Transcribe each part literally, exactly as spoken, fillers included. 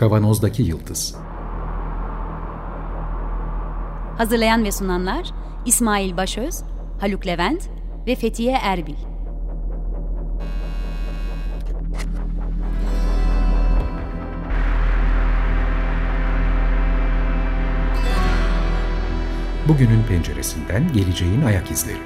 Kavanozdaki Yıldız. Hazırlayan ve sunanlar İsmail Başöz, Haluk Levent ve Fethiye Erbil. Bugünün penceresinden geleceğin ayak izleri.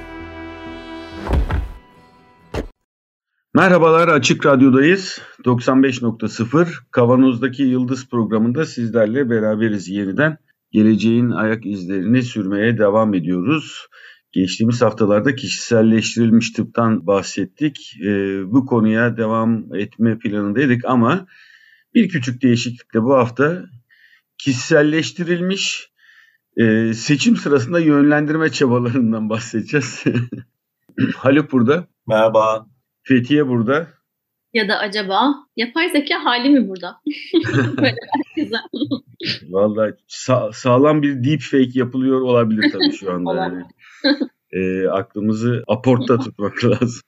Merhabalar, Açık Radyo'dayız. doksan beş nokta sıfır Kavanoz'daki Yıldız programında sizlerle beraberiz yeniden. Geleceğin ayak izlerini sürmeye devam ediyoruz. Geçtiğimiz haftalarda kişiselleştirilmiş tıptan bahsettik. Ee, bu konuya devam etme planındaydık ama bir küçük değişiklikle bu hafta kişiselleştirilmiş e, seçim sırasında yönlendirme çabalarından bahsedeceğiz. Haluk burada. Merhaba. Fethiye burada. Ya da acaba yapay zeka hali mi burada? Böyle herkese. Vallahi sa- sağlam bir deepfake yapılıyor olabilir tabii şu anda. Yani. E, aklımızı aportta tutmak lazım.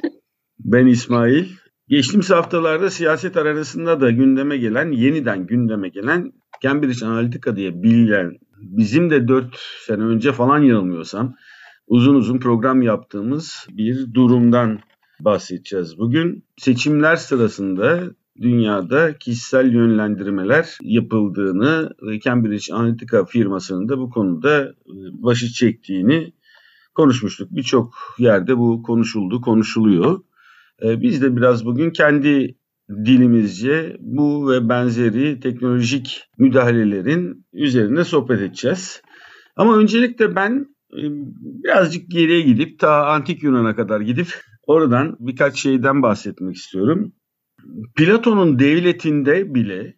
Ben İsmail. Geçtiğimiz haftalarda siyaset arasında da gündeme gelen, yeniden gündeme gelen Cambridge Analytica diye bilinen, bizim de dört sene önce falan yanılmıyorsam uzun uzun program yaptığımız bir durumdan bahsedeceğiz bugün. Seçimler sırasında dünyada kişisel yönlendirmeler yapıldığını ve Cambridge Analytica firmasının da bu konuda başı çektiğini konuşmuştuk. Birçok yerde bu konuşuldu, konuşuluyor. Biz de biraz bugün kendi dilimizce bu ve benzeri teknolojik müdahalelerin üzerine sohbet edeceğiz. Ama öncelikle ben birazcık geriye gidip ta Antik Yunan'a kadar gidip oradan birkaç şeyden bahsetmek istiyorum. Platon'un devletinde bile,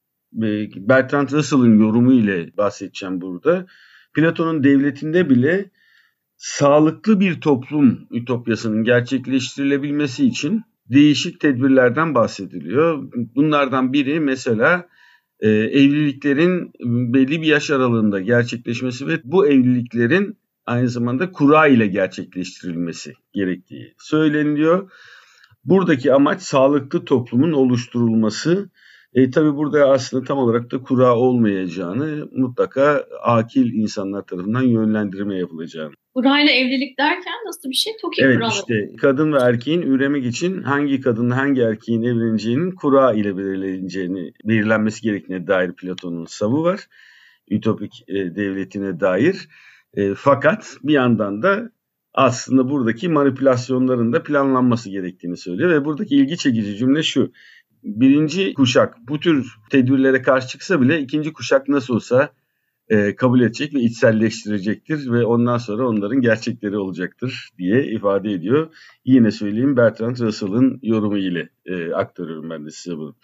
Bertrand Russell'ın yorumu ile bahsedeceğim burada. Platon'un devletinde bile sağlıklı bir toplum ütopyasının gerçekleştirilebilmesi için değişik tedbirlerden bahsediliyor. Bunlardan biri mesela e, evliliklerin belli bir yaş aralığında gerçekleşmesi ve bu evliliklerin aynı zamanda kura ile gerçekleştirilmesi gerektiği söyleniliyor. Buradaki amaç sağlıklı toplumun oluşturulması. E, tabii burada aslında tam olarak da kura olmayacağını, mutlaka akil insanlar tarafından yönlendirme yapılacağını. Kurayla evlilik derken nasıl bir şey? TOKİ evet, kuralı. Evet işte kadın ve erkeğin üremek için hangi kadınla hangi erkeğin evleneceğinin kura ile belirleneceğini, belirlenmesi gerektiğine dair Platon'un savı var. Ütopik e, devletine dair. E, fakat bir yandan da aslında buradaki manipülasyonların da planlanması gerektiğini söylüyor ve buradaki ilgi çekici cümle şu: birinci kuşak bu tür tedbirlere karşı çıksa bile ikinci kuşak nasıl olsa e, kabul edecek ve içselleştirecektir ve ondan sonra onların gerçekleri olacaktır diye ifade ediyor. Yine söyleyeyim, Bertrand Russell'ın yorumu ile e, aktarıyorum ben de size bunu.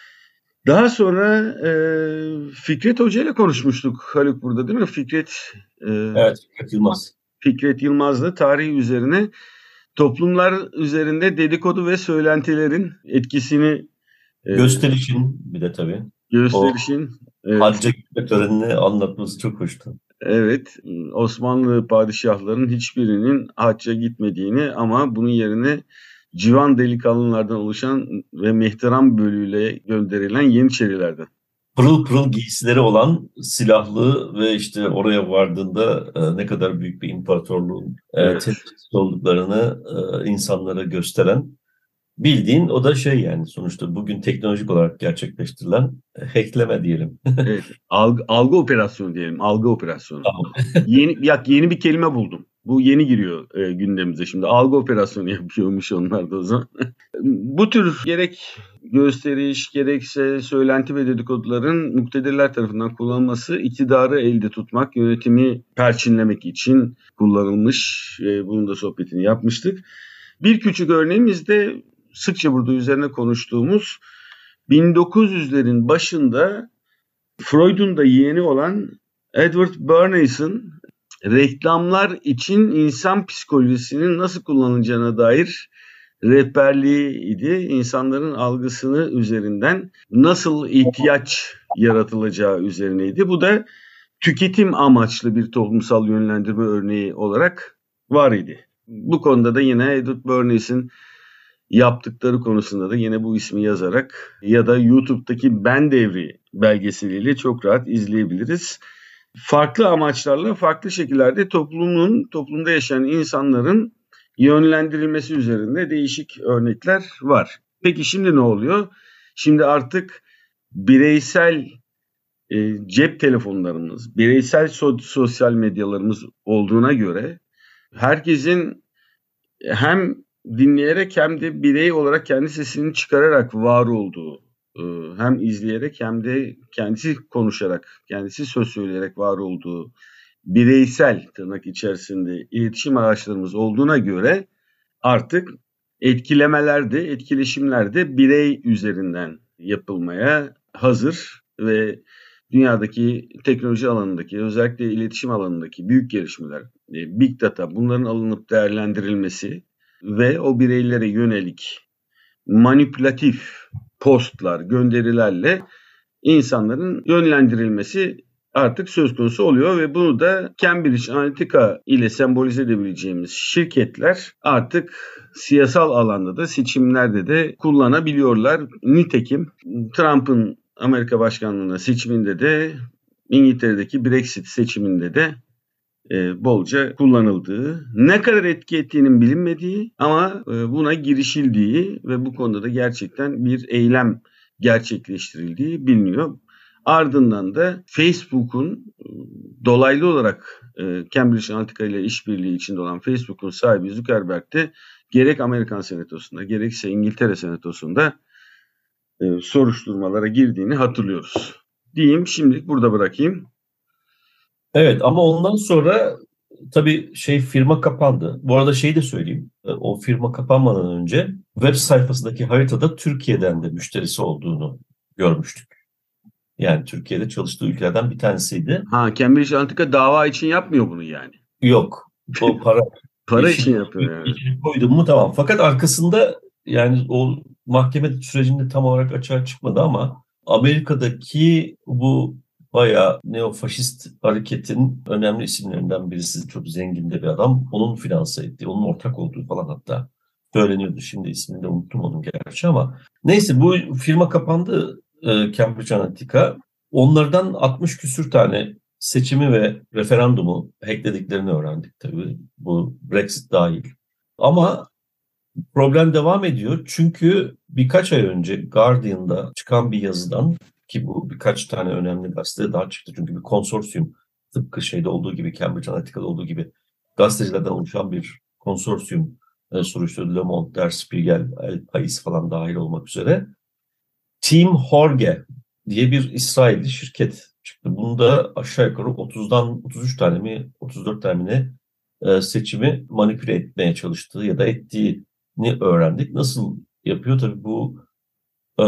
Daha sonra e, Fikret Hoca ile konuşmuştuk Haluk burada, değil mi? Fikret e, Evet, Fikret Yılmaz. Fikret Yılmaz'la tarih üzerine, toplumlar üzerinde dedikodu ve söylentilerin etkisini e, gösterişin bir de tabii. Gösterişin. Evet. Hacca gitme törenini anlatması çok hoştu. Evet, Osmanlı padişahlarının hiçbirinin hacca gitmediğini ama bunun yerine civan delikanlılardan oluşan ve mehteram bölüğüyle gönderilen Yeniçerilerden. Pırıl pırıl giysileri olan, silahlı ve işte oraya vardığında e, ne kadar büyük bir imparatorluğun evet. e, temsilcisi olduklarını e, insanlara gösteren, bildiğin o da şey, yani sonuçta bugün teknolojik olarak gerçekleştirilen hackleme diyelim. Evet, algı, algı operasyonu diyelim, algı operasyonu. Tamam. yeni, ya, yeni bir kelime buldum. Bu yeni giriyor e, gündemimize şimdi. Algı operasyonu yapıyormuş onlar da o zaman. Bu tür gerek gösteriş, gerekse söylenti ve dedikoduların muktedirler tarafından kullanılması, iktidarı elde tutmak, yönetimi perçinlemek için kullanılmış. E, bunun da sohbetini yapmıştık. Bir küçük örneğimiz de sıkça burada üzerine konuştuğumuz bin dokuz yüzlerin başında Freud'un da yeğeni olan Edward Bernays'ın reklamlar için insan psikolojisinin nasıl kullanılacağına dair rehberliğiydi. İnsanların algısını üzerinden nasıl ihtiyaç yaratılacağı üzerineydi. Bu da tüketim amaçlı bir toplumsal yönlendirme örneği olarak var idi. Bu konuda da yine Edward Bernays'in yaptıkları konusunda da yine bu ismi yazarak ya da YouTube'daki Ben Devri belgeseliyle çok rahat izleyebiliriz. Farklı amaçlarla, farklı şekillerde toplumun, toplumda yaşayan insanların yönlendirilmesi üzerinde değişik örnekler var. Peki şimdi ne oluyor? Şimdi artık bireysel e, cep telefonlarımız, bireysel so- sosyal medyalarımız olduğuna göre herkesin hem dinleyerek hem de birey olarak kendi sesini çıkararak var olduğu, e, hem izleyerek hem de kendisi konuşarak, kendisi söz söyleyerek var olduğu bireysel tırnak içerisinde iletişim araçlarımız olduğuna göre artık etkilemeler de, etkileşimler de birey üzerinden yapılmaya hazır ve dünyadaki teknoloji alanındaki, özellikle iletişim alanındaki büyük gelişmeler, big data, bunların alınıp değerlendirilmesi ve o bireylere yönelik manipülatif postlar, gönderilerle insanların yönlendirilmesi artık söz konusu oluyor ve bunu da Cambridge Analytica ile sembolize edebileceğimiz şirketler artık siyasal alanda da seçimlerde de kullanabiliyorlar. Nitekim Trump'ın Amerika başkanlığına seçiminde de İngiltere'deki Brexit seçiminde de e, bolca kullanıldığı, ne kadar etki ettiğinin bilinmediği ama e, buna girişildiği ve bu konuda da gerçekten bir eylem gerçekleştirildiği biliniyor. Ardından da Facebook'un dolaylı olarak e, Cambridge Analytica ile işbirliği içinde olan Facebook'un sahibi Zuckerberg de gerek Amerikan Senatosu'nda gerekse İngiltere Senatosu'nda e, soruşturmalara girdiğini hatırlıyoruz. Diyeyim, şimdilik burada bırakayım. Evet, ama ondan sonra tabii şey firma kapandı. Bu arada şeyi de söyleyeyim. O firma kapanmadan önce web sayfasındaki haritada Türkiye'den de müşterisi olduğunu görmüştük. Yani Türkiye'de çalıştığı ülkelerden bir tanesiydi. Ha, Cambridge Analytica dava için yapmıyor bunu yani. Yok. O para para için yapıyor yani. Koydum mu tamam. Fakat arkasında yani o mahkeme sürecinde tam olarak açığa çıkmadı ama Amerika'daki bu bayağı neofaşist hareketin önemli isimlerinden birisi, çok zengin de bir adam. Onun finanse ettiği, onun ortak olduğu falan hatta söyleniyordu. Şimdi ismini de unuttum onun gerçi ama. Neyse, bu firma kapandı, e, Cambridge Analytica. Onlardan altmış küsür tane seçimi ve referandumu hacklediklerini öğrendik tabii. Bu Brexit dahil. Ama problem devam ediyor. Çünkü birkaç ay önce Guardian'da çıkan bir yazıdan, ki bu birkaç tane önemli gazetede daha çıktı. Çünkü bir konsorsiyum, tıpkı şeyde olduğu gibi, Cambridge Analytica'da olduğu gibi gazetecilerden oluşan bir konsorsiyum e, soruşturdu. Le Monde, Der Spiegel, El País falan dahil olmak üzere. Team Horge diye bir İsrailli şirket çıktı. Bunda aşağı yukarı otuzdan otuz üç tane mi, otuz dört tane mi e, seçimi manipüle etmeye çalıştığı ya da ettiğini öğrendik. Nasıl yapıyor? Tabii bu e,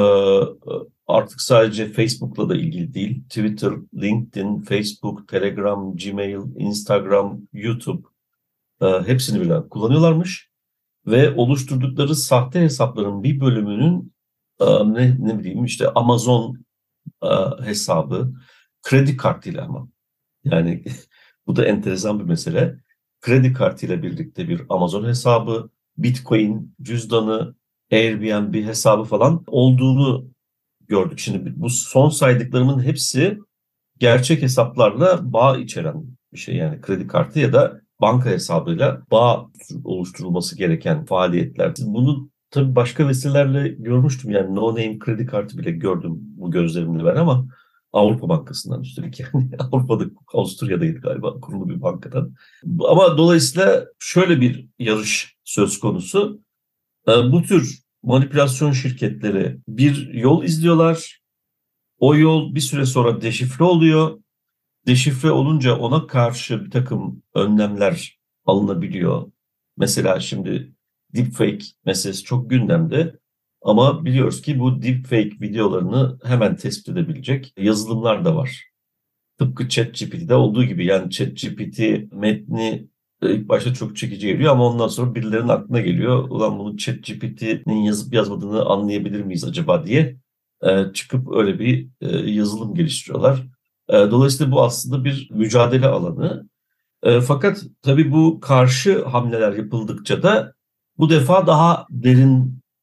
artık sadece Facebook'la da ilgili değil. Twitter, LinkedIn, Facebook, Telegram, Gmail, Instagram, YouTube e, hepsini birden kullanıyorlarmış. Ve oluşturdukları sahte hesapların bir bölümünün e, ne, ne bileyim işte Amazon e, hesabı, kredi kartıyla ama. Yani bu da enteresan bir mesele. Kredi kartıyla birlikte bir Amazon hesabı, Bitcoin cüzdanı, Airbnb hesabı falan olduğunu gördük. Şimdi bu son saydıklarımın hepsi gerçek hesaplarla bağ içeren bir şey. Yani kredi kartı ya da banka hesabıyla bağ oluşturulması gereken faaliyetler. Bunu tabii başka vesilelerle görmüştüm. Yani no name kredi kartı bile gördüm bu gözlerimle ben ama Avrupa Bankası'ndan üstelik yani. Avrupa'da, Avusturya'daydı galiba, kurulu bir bankadan. Ama dolayısıyla şöyle bir yarış söz konusu. Bu tür manipülasyon şirketleri bir yol izliyorlar. O yol bir süre sonra deşifre oluyor. Deşifre olunca ona karşı bir takım önlemler alınabiliyor. Mesela şimdi deepfake meselesi çok gündemde. Ama biliyoruz ki bu deepfake videolarını hemen tespit edebilecek yazılımlar da var. Tıpkı ChatGPT'de olduğu gibi, yani ChatGPT metni ilk başta çok çekici geliyor ama ondan sonra birilerinin aklına geliyor. Ulan bunu ChatGPT'nin yazıp yazmadığını anlayabilir miyiz acaba diye çıkıp öyle bir yazılım geliştiriyorlar. Dolayısıyla bu aslında bir mücadele alanı. Fakat tabii bu karşı hamleler yapıldıkça da bu defa daha derin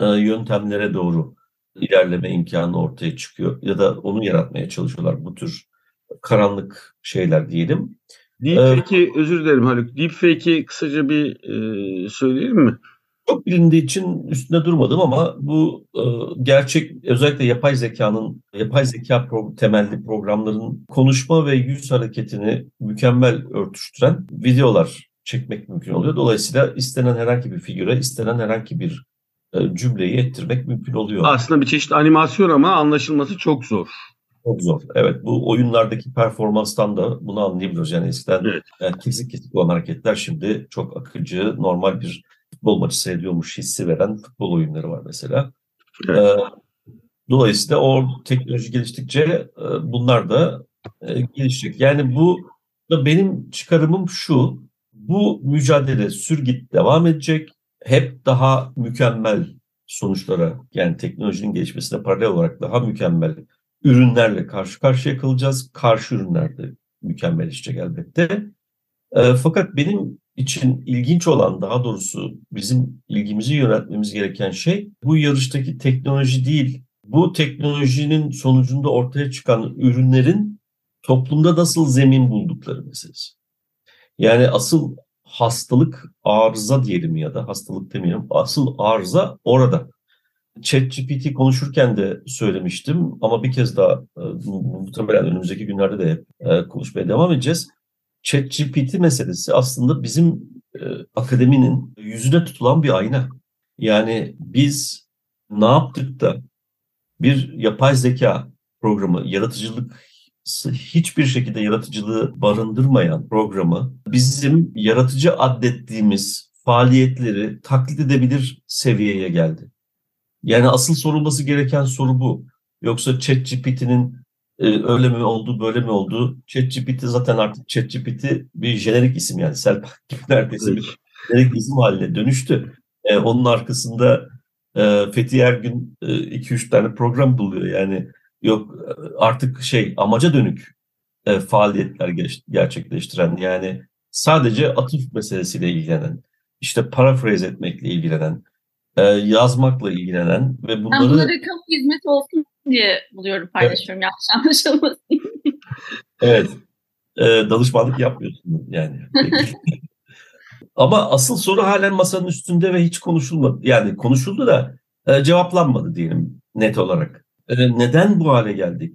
e, yöntemlere doğru ilerleme imkanı ortaya çıkıyor. Ya da onu yaratmaya çalışıyorlar, bu tür karanlık şeyler diyelim. Deepfake'i, özür dilerim Haluk, Deepfake'i kısaca bir e, söyleyelim mi? Çok bilindiği için üstüne durmadım ama bu e, gerçek, özellikle yapay zekanın, yapay zeka pro- temelli programların konuşma ve yüz hareketini mükemmel örtüştüren videolar çekmek mümkün oluyor. Dolayısıyla istenen herhangi bir figüre, istenen herhangi bir e, cümleyi ettirmek mümkün oluyor. Aslında bir çeşit animasyon ama anlaşılması çok zor. Çok zor. Evet, bu oyunlardaki performanstan da bunu anlayabiliyoruz. Yani eskiden Evet. e, kesik kesik olan hareketler şimdi çok akıcı, normal bir futbol maçı seyrediyormuş hissi veren futbol oyunları var mesela. Evet. E, dolayısıyla o teknoloji geliştikçe e, bunlar da e, gelişecek. Yani bu da benim çıkarımım şu: bu mücadele sürgit devam edecek. Hep daha mükemmel sonuçlara, yani teknolojinin gelişmesine paralel olarak daha mükemmel ürünlerle karşı karşıya kalacağız. Karşı ürünler de mükemmelleşecek elbette. E, fakat benim için ilginç olan, daha doğrusu bizim ilgimizi yöneltmemiz gereken şey bu yarıştaki teknoloji değil. Bu teknolojinin sonucunda ortaya çıkan ürünlerin toplumda nasıl zemin buldukları meselesi. Yani asıl hastalık, arıza diyelim ya da hastalık demeyelim, asıl arıza orada. ChatGPT konuşurken de söylemiştim ama bir kez daha e, muhtemelen önümüzdeki günlerde de hep e, konuşmaya devam edeceğiz. ChatGPT meselesi aslında bizim e, akademinin yüzüne tutulan bir ayna. Yani biz ne yaptık da bir yapay zeka programı, yaratıcılık, hiçbir şekilde yaratıcılığı barındırmayan programı bizim yaratıcı adettiğimiz faaliyetleri taklit edebilir seviyeye geldi. Yani asıl sorulması gereken soru bu. Yoksa ChatGPT'nin e, öyle mi oldu, böyle mi oldu? ChatGPT zaten artık ChatGPT bir jenerik isim, yani Selpak gibi neredeyse bir jenerik isim haline dönüştü. E, onun arkasında e, Fethi Ergün iki üç tane program buluyor. Yani yok artık şey, amaca dönük e, faaliyetler geç, gerçekleştiren, yani sadece atıf meselesiyle ilgilenen, işte paraphrase etmekle ilgilenen, e, yazmakla ilgilenen ve bunları... Ben bunları kamu hizmeti olsun diye buluyorum, paylaşıyorum. Evet. Yanlış anlaşılmasın. Evet. E, danışmanlık yapmıyorsun yani. Ama asıl soru halen masanın üstünde ve hiç konuşulmadı. Yani konuşuldu da e, cevaplanmadı diyelim net olarak. E, neden bu hale geldik?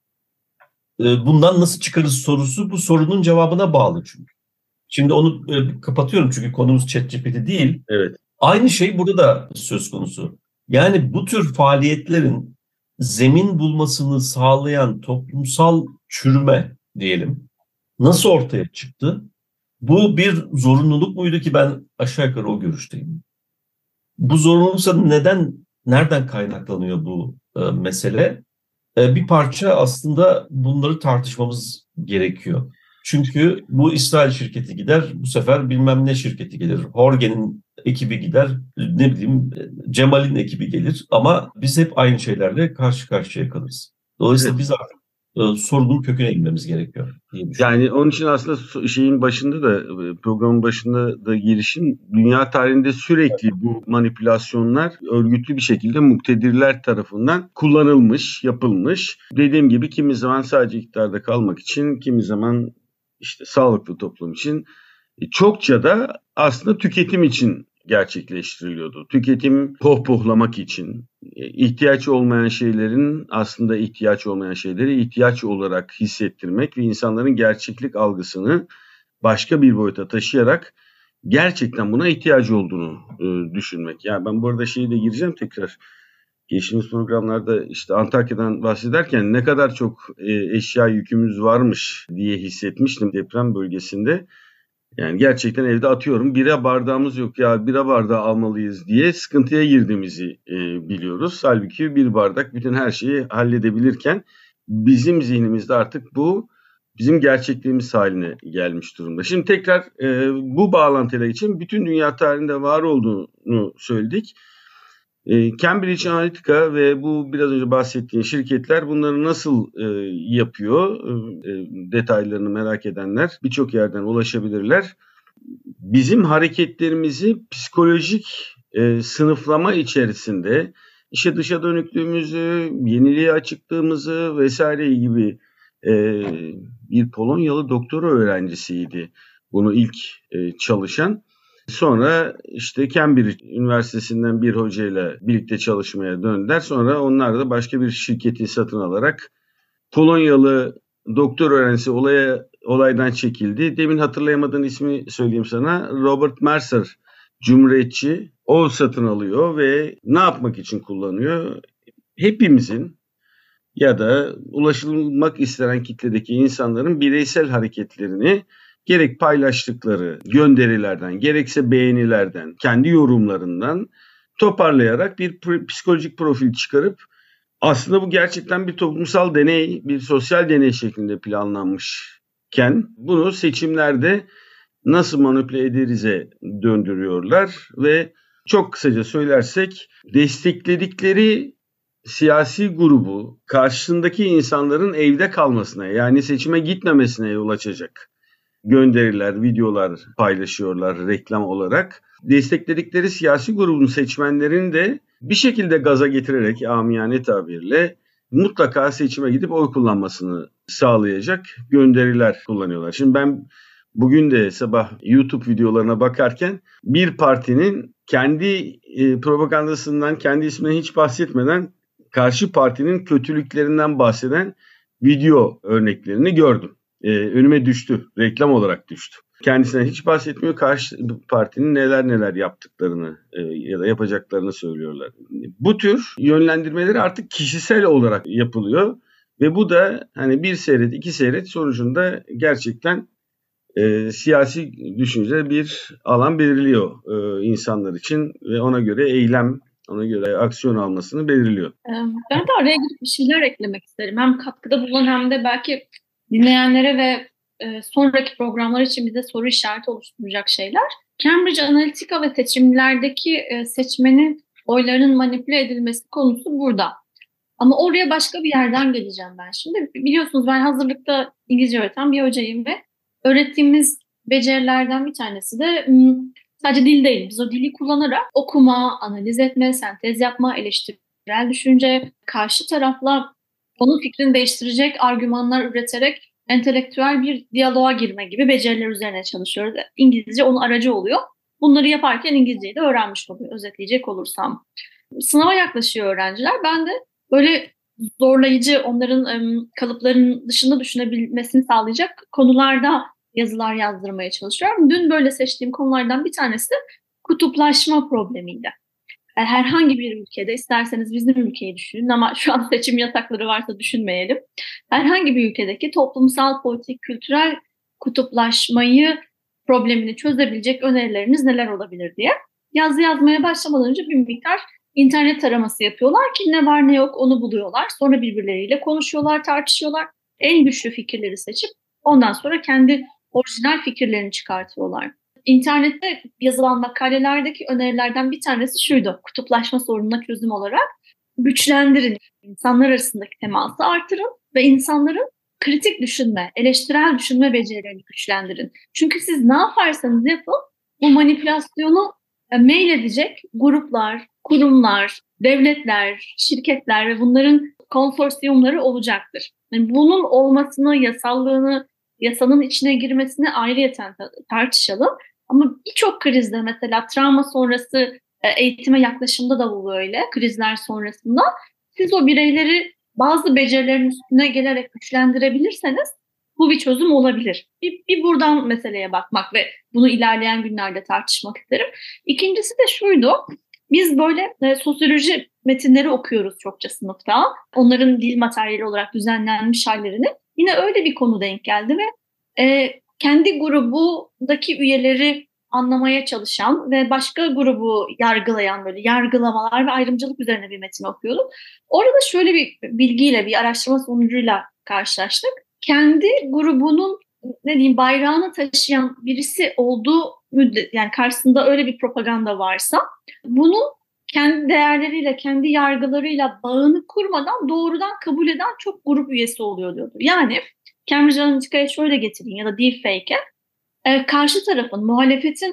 E, bundan nasıl çıkarız sorusu bu sorunun cevabına bağlı çünkü. Şimdi onu e, kapatıyorum çünkü konumuz ChatGPT değil. Evet. Aynı şey burada da söz konusu. Yani bu tür faaliyetlerin zemin bulmasını sağlayan toplumsal çürüme diyelim nasıl ortaya çıktı? Bu bir zorunluluk muydu ki ben aşağı yukarı o görüşteyim. Bu zorunluluksa neden, nereden kaynaklanıyor bu e, mesele? E, bir parça aslında bunları tartışmamız gerekiyor. Çünkü bu İsrail şirketi gider, bu sefer bilmem ne şirketi gelir. Horgen'in ekibi gider, ne bileyim Cemal'in ekibi gelir. Ama biz hep aynı şeylerle karşı karşıya kalırız. Dolayısıyla evet. biz artık e, sorunun köküne inmemiz gerekiyor diye düşünüyorum. Yani onun için aslında şeyin başında da, programın başında da girişin, dünya tarihinde sürekli bu manipülasyonlar örgütlü bir şekilde muktedirler tarafından kullanılmış, yapılmış. Dediğim gibi kimi zaman sadece iktidarda kalmak için, kimi zaman işte sağlıklı toplum için, çokça da aslında tüketim için gerçekleştiriliyordu. Tüketim pohpohlamak için, ihtiyaç olmayan şeylerin aslında ihtiyaç olmayan şeyleri ihtiyaç olarak hissettirmek ve insanların gerçeklik algısını başka bir boyuta taşıyarak gerçekten buna ihtiyacı olduğunu e, düşünmek. Yani ben bu arada şeyi de gireceğim tekrar. Geçtiğimiz programlarda işte Antakya'dan bahsederken ne kadar çok e, eşya yükümüz varmış diye hissetmiştim deprem bölgesinde. Yani gerçekten evde atıyorum bira bardağımız yok ya, bira bardağı almalıyız diye sıkıntıya girdiğimizi e, biliyoruz. Halbuki bir bardak bütün her şeyi halledebilirken bizim zihnimizde artık bu bizim gerçekliğimiz haline gelmiş durumda. Şimdi tekrar e, bu bağlantıyla için bütün dünya tarihinde var olduğunu söyledik. E, Cambridge Analytica ve bu biraz önce bahsettiğim şirketler bunları nasıl e, yapıyor? E, detaylarını merak edenler birçok yerden ulaşabilirler. Bizim hareketlerimizi psikolojik e, sınıflama içerisinde işte dışa dönüklüğümüzü, yeniliğe açıklığımızı vesaire gibi e, bir Polonyalı doktora öğrencisiydi bunu ilk e, çalışan. Sonra işte Cambridge Üniversitesi'nden bir hocayla birlikte çalışmaya döndüler. Sonra onlar da başka bir şirketi satın alarak Polonyalı doktor öğrencisi olaya, olaydan çekildi. Demin hatırlayamadığın ismi söyleyeyim sana. Robert Mercer, Cumhuriyetçi. O satın alıyor ve ne yapmak için kullanıyor? Hepimizin ya da ulaşılmak istenen kitledeki insanların bireysel hareketlerini gerek paylaştıkları gönderilerden, gerekse beğenilerden, kendi yorumlarından toparlayarak bir psikolojik profil çıkarıp aslında bu gerçekten bir toplumsal deney, bir sosyal deney şeklinde planlanmışken bunu seçimlerde nasıl manipüle ederize döndürüyorlar ve çok kısaca söylersek destekledikleri siyasi grubu karşısındaki insanların evde kalmasına yani seçime gitmemesine yol açacak gönderiler, videolar paylaşıyorlar reklam olarak. Destekledikleri siyasi grubun seçmenlerini de bir şekilde gaza getirerek amiyane tabirle mutlaka seçime gidip oy kullanmasını sağlayacak gönderiler kullanıyorlar. Şimdi ben bugün de sabah YouTube videolarına bakarken bir partinin kendi e, propagandasından, kendi isminden hiç bahsetmeden karşı partinin kötülüklerinden bahseden video örneklerini gördüm. Ee, önüme düştü, reklam olarak düştü. Kendisinden hiç bahsetmiyor, karşı partinin neler neler yaptıklarını e, ya da yapacaklarını söylüyorlar. Bu tür yönlendirmeleri artık kişisel olarak yapılıyor ve bu da hani bir seyret, iki seyret sonucunda gerçekten e, siyasi düşünce bir alan belirliyor e, insanlar için ve ona göre eylem, ona göre aksiyon almasını belirliyor. Ben de araya girip bir şeyler eklemek isterim. Hem katkıda bulunan hem de belki dinleyenlere ve e, sonraki programlar için bize soru işareti oluşturacak şeyler. Cambridge Analytica ve seçimlerdeki e, seçmenin oylarının manipüle edilmesi konusu burada. Ama oraya başka bir yerden geleceğim ben şimdi. Biliyorsunuz ben hazırlıkta İngilizce öğreten bir hocayım ve öğrettiğimiz becerilerden bir tanesi de sadece dil değil. Biz o dili kullanarak okuma, analiz etme, sentez yapma, eleştirel düşünce, karşı tarafla onun fikrini değiştirecek argümanlar üreterek entelektüel bir diyaloğa girme gibi beceriler üzerine çalışıyoruz. İngilizce onun aracı oluyor. Bunları yaparken İngilizceyi de öğrenmiş oluyor, özetleyecek olursam. Sınava yaklaşıyor öğrenciler. Ben de böyle zorlayıcı, onların ım, kalıpların dışında düşünebilmesini sağlayacak konularda yazılar yazdırmaya çalışıyorum. Dün böyle seçtiğim konulardan bir tanesi kutuplaşma problemiydi. Herhangi bir ülkede, isterseniz bizim ülkeyi düşünün ama şu an seçim yasakları varsa düşünmeyelim. Herhangi bir ülkedeki toplumsal, politik, kültürel kutuplaşmayı, problemini çözebilecek önerileriniz neler olabilir diye. Yazı yazmaya başlamadan önce bir miktar internet taraması yapıyorlar ki ne var ne yok onu buluyorlar. Sonra birbirleriyle konuşuyorlar, tartışıyorlar. En güçlü fikirleri seçip ondan sonra kendi orijinal fikirlerini çıkartıyorlar. İnternette yazılan makalelerdeki önerilerden bir tanesi şuydu. Kutuplaşma sorununa çözüm olarak güçlendirin. İnsanlar arasındaki teması artırın ve insanların kritik düşünme, eleştirel düşünme becerilerini güçlendirin. Çünkü siz ne yaparsanız yapın bu manipülasyonu meyledecek gruplar, kurumlar, devletler, şirketler ve bunların konsorsiyumları olacaktır. Yani bunun olmasını, yasallığını, yasanın içine girmesini ayrıyeten tartışalım. Ama birçok krizde mesela travma sonrası eğitime yaklaşımda da bu böyle. Krizler sonrasında siz o bireyleri bazı becerilerin üstüne gelerek güçlendirebilirseniz bu bir çözüm olabilir. Bir, bir buradan meseleye bakmak ve bunu ilerleyen günlerde tartışmak isterim. İkincisi de şuydu. Biz böyle e, sosyoloji metinleri okuyoruz çokça sınıfta. Onların dil materyali olarak düzenlenmiş hallerini. Yine öyle bir konu denk geldi ve e, kendi grubundaki üyeleri anlamaya çalışan ve başka grubu yargılayan böyle yargılamalar ve ayrımcılık üzerine bir metin okuyordum. Orada şöyle bir bilgiyle, bir araştırma sonucuyla karşılaştık. Kendi grubunun ne diyeyim bayrağını taşıyan birisi olduğu müddet, yani karşısında öyle bir propaganda varsa bunun kendi değerleriyle, kendi yargılarıyla bağını kurmadan doğrudan kabul eden çok grup üyesi oluyor diyordu. Yani Cambridge Analytica'ya şöyle getirin ya da deepfake'e e, karşı tarafın, muhalefetin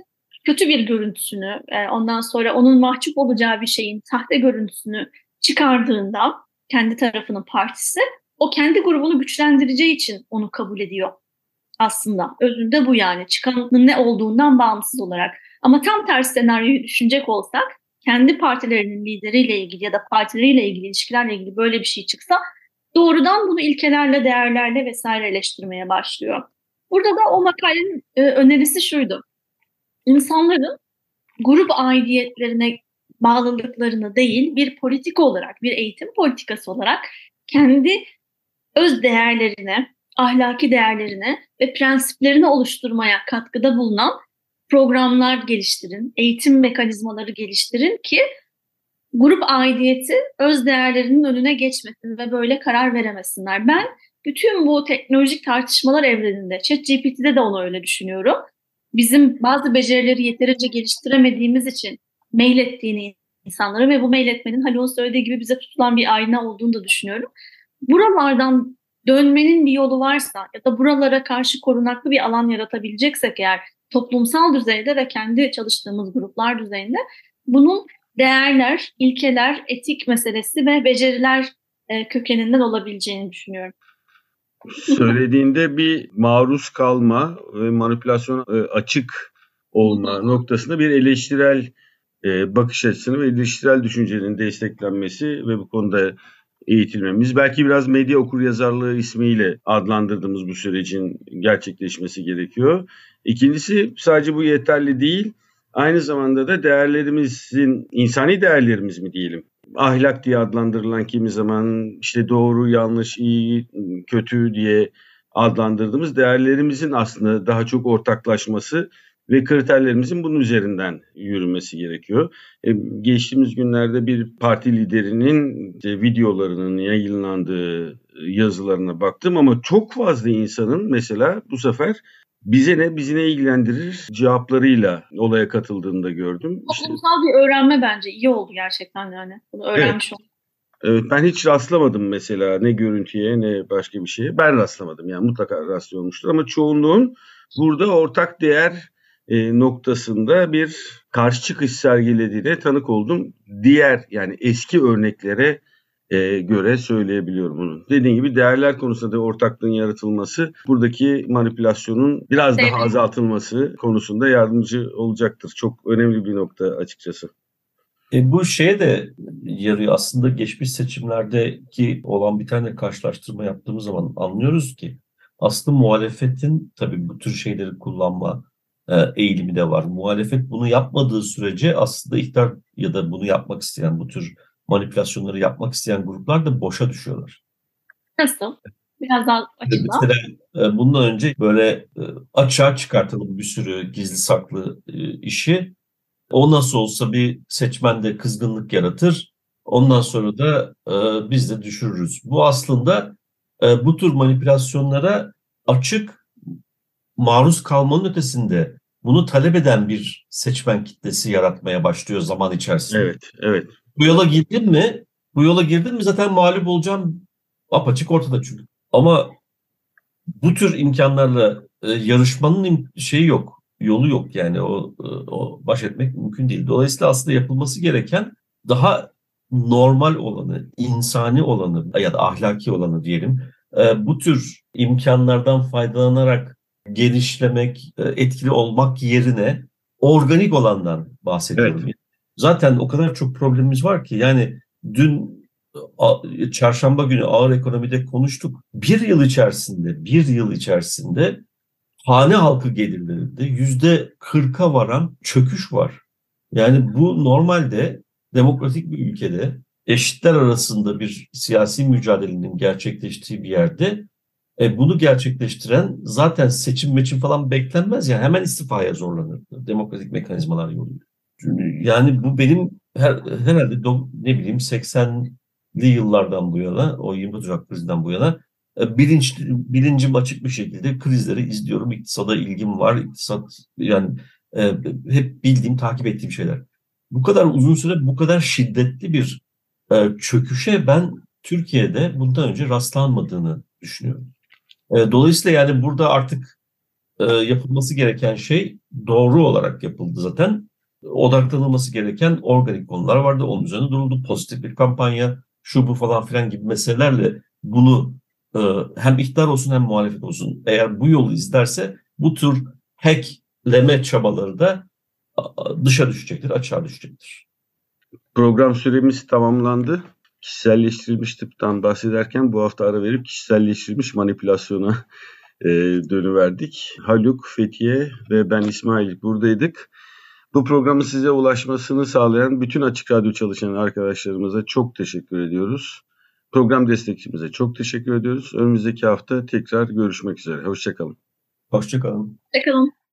kötü bir görüntüsünü, e, ondan sonra onun mahcup olacağı bir şeyin sahte görüntüsünü çıkardığında kendi tarafının partisi, o kendi grubunu güçlendireceği için onu kabul ediyor aslında. Özünde bu yani. Çıkanın ne olduğundan bağımsız olarak. Ama tam tersi senaryoyu düşünecek olsak, kendi partilerinin lideriyle ilgili ya da partileriyle ilgili, ilişkilerle ilgili böyle bir şey çıksa doğrudan bunu ilkelerle, değerlerle vesaire eleştirmeye başlıyor. Burada da o makalenin e, önerisi şuydu. İnsanların grup aidiyetlerine bağlılıklarını değil, bir politika olarak, bir eğitim politikası olarak kendi öz değerlerine, ahlaki değerlerine ve prensiplerini oluşturmaya katkıda bulunan programlar geliştirin, eğitim mekanizmaları geliştirin ki grup aidiyeti öz değerlerinin önüne geçmesin ve böyle karar veremesinler. Ben bütün bu teknolojik tartışmalar evreninde, ChatGPT'de de onu öyle düşünüyorum. Bizim bazı becerileri yeterince geliştiremediğimiz için mail ettiğini insanlara ve bu mail etmenin Haluk'un söylediği gibi bize tutulan bir ayna olduğunu da düşünüyorum. Buralardan dönmenin bir yolu varsa ya da buralara karşı korunaklı bir alan yaratabileceksek eğer toplumsal düzeyde ve kendi çalıştığımız gruplar düzeyinde bunun değerler, ilkeler, etik meselesi ve beceriler e, kökeninden olabileceğini düşünüyorum. Söylediğinde bir maruz kalma ve manipülasyona e, açık olma noktasında bir eleştirel e, bakış açısını ve eleştirel düşüncenin desteklenmesi ve bu konuda eğitilmemiz, belki biraz medya okuryazarlığı ismiyle adlandırdığımız bu sürecin gerçekleşmesi gerekiyor. İkincisi, sadece bu yeterli değil, aynı zamanda da değerlerimizin, insani değerlerimiz mi diyelim, ahlak diye adlandırılan kimi zaman işte doğru, yanlış, iyi, kötü diye adlandırdığımız değerlerimizin aslında daha çok ortaklaşması ve kriterlerimizin bunun üzerinden yürümesi gerekiyor. E, geçtiğimiz günlerde bir parti liderinin işte, videolarının yayınlandığı yazılarına baktım ama çok fazla insanın mesela bu sefer bize ne, bizi ne ilgilendirir cevaplarıyla olaya katıldığını da gördüm. Toplumsal bir öğrenme bence iyi oldu gerçekten yani. Bunu öğrenmiş Evet. oldum. Evet, ben hiç rastlamadım mesela ne görüntüye ne başka bir şeye. Ben rastlamadım yani, mutlaka rastlıyor olmuştur ama çoğunluğun burada ortak değer e, noktasında bir karşı çıkış sergilediğine tanık oldum. Diğer yani eski örneklere e, göre söyleyebiliyorum bunu. Dediğim gibi değerler konusunda da ortaklığın yaratılması buradaki manipülasyonun biraz Evet. daha azaltılması konusunda yardımcı olacaktır. Çok önemli bir nokta açıkçası. E bu şeye de yarıyor aslında, geçmiş seçimlerdeki olan bir tane karşılaştırma yaptığımız zaman anlıyoruz ki aslında muhalefetin tabii bu tür şeyleri kullanma e, eğilimi de var. Muhalefet bunu yapmadığı sürece aslında iktidar ya da bunu yapmak isteyen, bu tür manipülasyonları yapmak isteyen gruplar da boşa düşüyorlar. Nasıl? Biraz daha açıkla. Mesela e, bundan önce böyle e, açığa çıkartalım bir sürü gizli saklı e, işi. O nasıl olsa bir seçmende kızgınlık yaratır. Ondan sonra da e, biz de düşürürüz. Bu aslında e, bu tür manipülasyonlara açık, maruz kalmanın ötesinde bunu talep eden bir seçmen kitlesi yaratmaya başlıyor zaman içerisinde. Evet, evet. Bu yola girdin mi? Bu yola girdin mi zaten mağlup olacağım apaçık ortada çünkü. Ama bu tür imkanlarla e, yarışmanın şeyi yok. Yolu yok yani, o, o baş etmek mümkün değil. Dolayısıyla aslında yapılması gereken daha normal olanı, insani olanı ya da ahlaki olanı diyelim. Bu tür imkanlardan faydalanarak genişlemek, etkili olmak yerine organik olandan bahsediyorum. Evet. Zaten o kadar çok problemimiz var ki yani dün çarşamba günü ağır ekonomide konuştuk. Bir yıl içerisinde, bir yıl içerisinde hane halkı gelirlerinde yüzde kırka varan çöküş var. Yani bu normalde demokratik bir ülkede eşitler arasında bir siyasi mücadelenin gerçekleştiği bir yerde e, bunu gerçekleştiren zaten seçim meçim falan beklenmez ya, hemen istifaya zorlanır demokratik mekanizmalar yoluyla. Yani bu benim her, herhalde do, ne bileyim seksenli yıllardan bu yana, o yirmi dört Ocak krizinden bu yana Bilinç, bilincim açık bir şekilde krizleri izliyorum. İktisada ilgim var. İktisat yani e, hep bildiğim, takip ettiğim şeyler. Bu kadar uzun süre bu kadar şiddetli bir e, çöküşe ben Türkiye'de bundan önce rastlanmadığını düşünüyorum. E, dolayısıyla yani burada artık e, yapılması gereken şey doğru olarak yapıldı zaten. Odaklanılması gereken organik konular vardı. Onun üzerine duruldu. Pozitif bir kampanya, şu bu falan filan gibi meselelerle bunu e, hem iktidar olsun hem muhalefet olsun. Eğer bu yolu izlerse bu tür hackleme çabaları da a, dışa düşecektir, açığa düşecektir. Program süremiz tamamlandı. Kişiselleştirilmiş tıptan bahsederken bu hafta ara verip kişiselleştirilmiş manipülasyona e, dönüverdik. Haluk, Fethiye ve ben İsmail buradaydık. Bu programın size ulaşmasını sağlayan bütün Açık Radyo çalışan arkadaşlarımıza çok teşekkür ediyoruz. Program destekçimize çok teşekkür ediyoruz. Önümüzdeki hafta tekrar görüşmek üzere. Hoşça kalın. Hoşça kalın. Hoşça kalın.